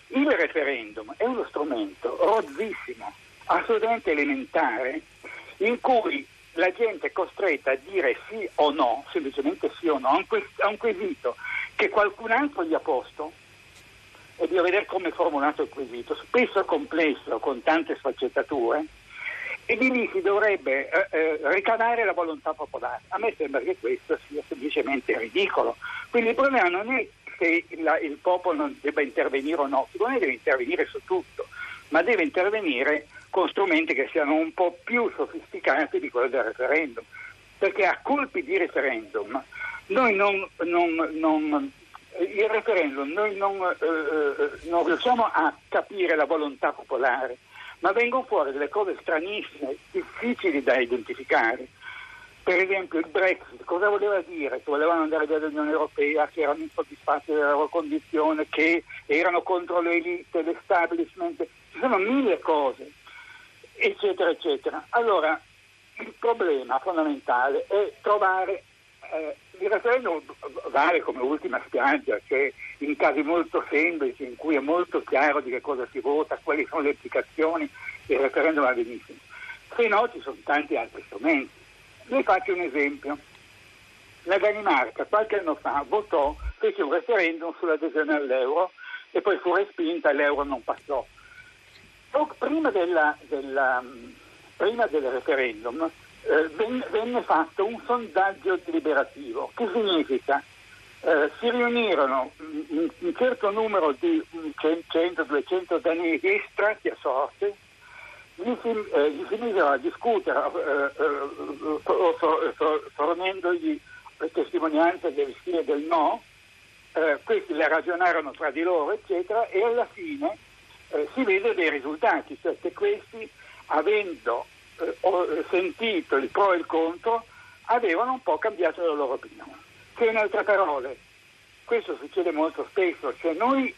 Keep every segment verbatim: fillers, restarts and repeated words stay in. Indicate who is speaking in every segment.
Speaker 1: Il referendum è uno strumento rozzissimo, assolutamente elementare, in cui la gente è costretta a dire sì o no, semplicemente sì o no, a un, que- a un quesito che qualcun altro gli ha posto, e bisogna vedere come è formulato il quesito, spesso complesso, con tante sfaccettature, e di lì si dovrebbe eh, eh, ricavare la volontà popolare. A me sembra che questo sia semplicemente ridicolo. Quindi il problema non è se la, il popolo non debba intervenire o no, secondo me deve intervenire su tutto, ma deve intervenire con strumenti che siano un po' più sofisticati di quello del referendum, perché a colpi di referendum noi non, non, non il referendum noi non, eh, non riusciamo a capire la volontà popolare, ma vengono fuori delle cose stranissime, difficili da identificare. Per esempio il Brexit, cosa voleva dire? Che volevano andare via dall'Unione Europea, che erano insoddisfatti della loro condizione, che erano contro le elite, l'establishment, ci sono mille cose, eccetera, eccetera. Allora, il problema fondamentale è trovare, eh, il referendum vale come ultima spiaggia, cioè in casi molto semplici, in cui è molto chiaro di che cosa si vota, quali sono le implicazioni, il referendum va benissimo. Se no ci sono tanti altri strumenti. Vi faccio un esempio. La Danimarca qualche anno fa votò, fece un referendum sull'adesione all'euro e poi fu respinta e l'euro non passò. Prima, della, della, prima del referendum eh, venne, venne fatto un sondaggio deliberativo. Che significa? Eh, si riunirono un, un certo numero di cento duecento danesi estratti a sorte, gli si, eh, gli si misero a discutere eh, eh, fornendogli testimonianze del sì e del no, eh, questi le ragionarono tra di loro eccetera, e alla fine eh, si vede dei risultati, cioè che questi, avendo eh, sentito il pro e il contro, avevano un po' cambiato la loro opinione. Cioè, in altre parole, questo succede molto spesso, cioè noi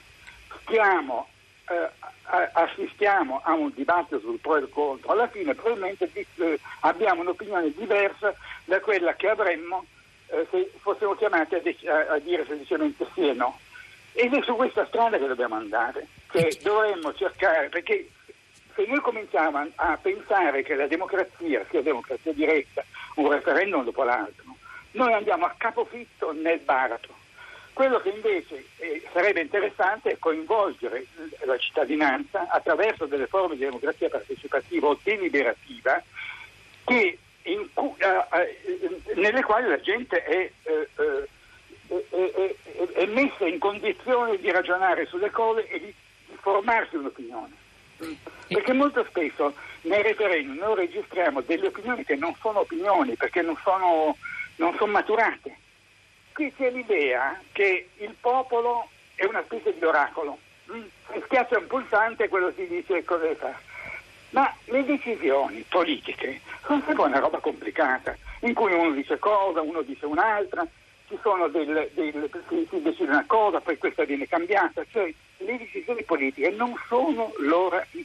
Speaker 1: stiamo eh, assistiamo a un dibattito sul pro e il contro, alla fine probabilmente eh, abbiamo un'opinione diversa da quella che avremmo eh, se fossimo chiamati a, dec- a, a dire semplicemente sì e no. Ed è su questa strada che dobbiamo andare, cioè dovremmo cercare, perché se noi cominciamo a, a pensare che la democrazia sia democrazia diretta, un referendum dopo l'altro, noi andiamo a capofitto nel baratro. Quello che invece eh, sarebbe interessante è coinvolgere la cittadinanza attraverso delle forme di democrazia partecipativa o deliberativa che in cu- uh, uh, nelle quali la gente è, uh, uh, è, è, è messa in condizione di ragionare sulle cose e di formarsi un'opinione. Perché molto spesso nei referendum noi registriamo delle opinioni che non sono opinioni, perché non sono, non sono maturate. Qui c'è l'idea che il popolo è una specie di oracolo, mm? Si schiaccia un pulsante e quello si dice cosa fa. Ma le decisioni politiche sono sempre una roba complicata, in cui uno dice cosa, uno dice un'altra, ci sono del, del, si, si decide una cosa, poi questa viene cambiata, cioè le decisioni politiche non sono l'ora X,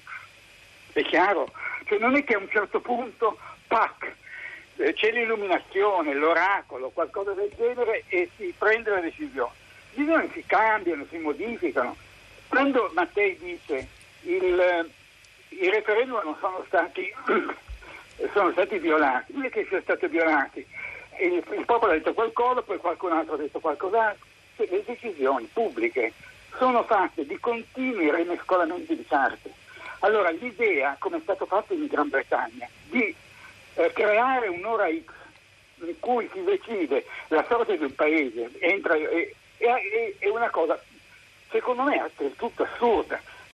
Speaker 1: è chiaro? Cioè non è che a un certo punto, pac, c'è l'illuminazione, l'oracolo, qualcosa del genere e si prende la decisione. Le decisioni si cambiano, si modificano. Quando Mattei dice il, i referendum non sono stati sono stati violati, non è che siano stati violati, il, il popolo ha detto qualcosa, poi qualcun altro ha detto qualcos'altro. Cioè, le decisioni pubbliche sono fatte di continui rimescolamenti di carte. Allora l'idea, come è stato fatto in Gran Bretagna, di Eh, creare un'ora X in cui si decide la sorte di un paese entra, è, è, è una cosa secondo me del tutto assurda.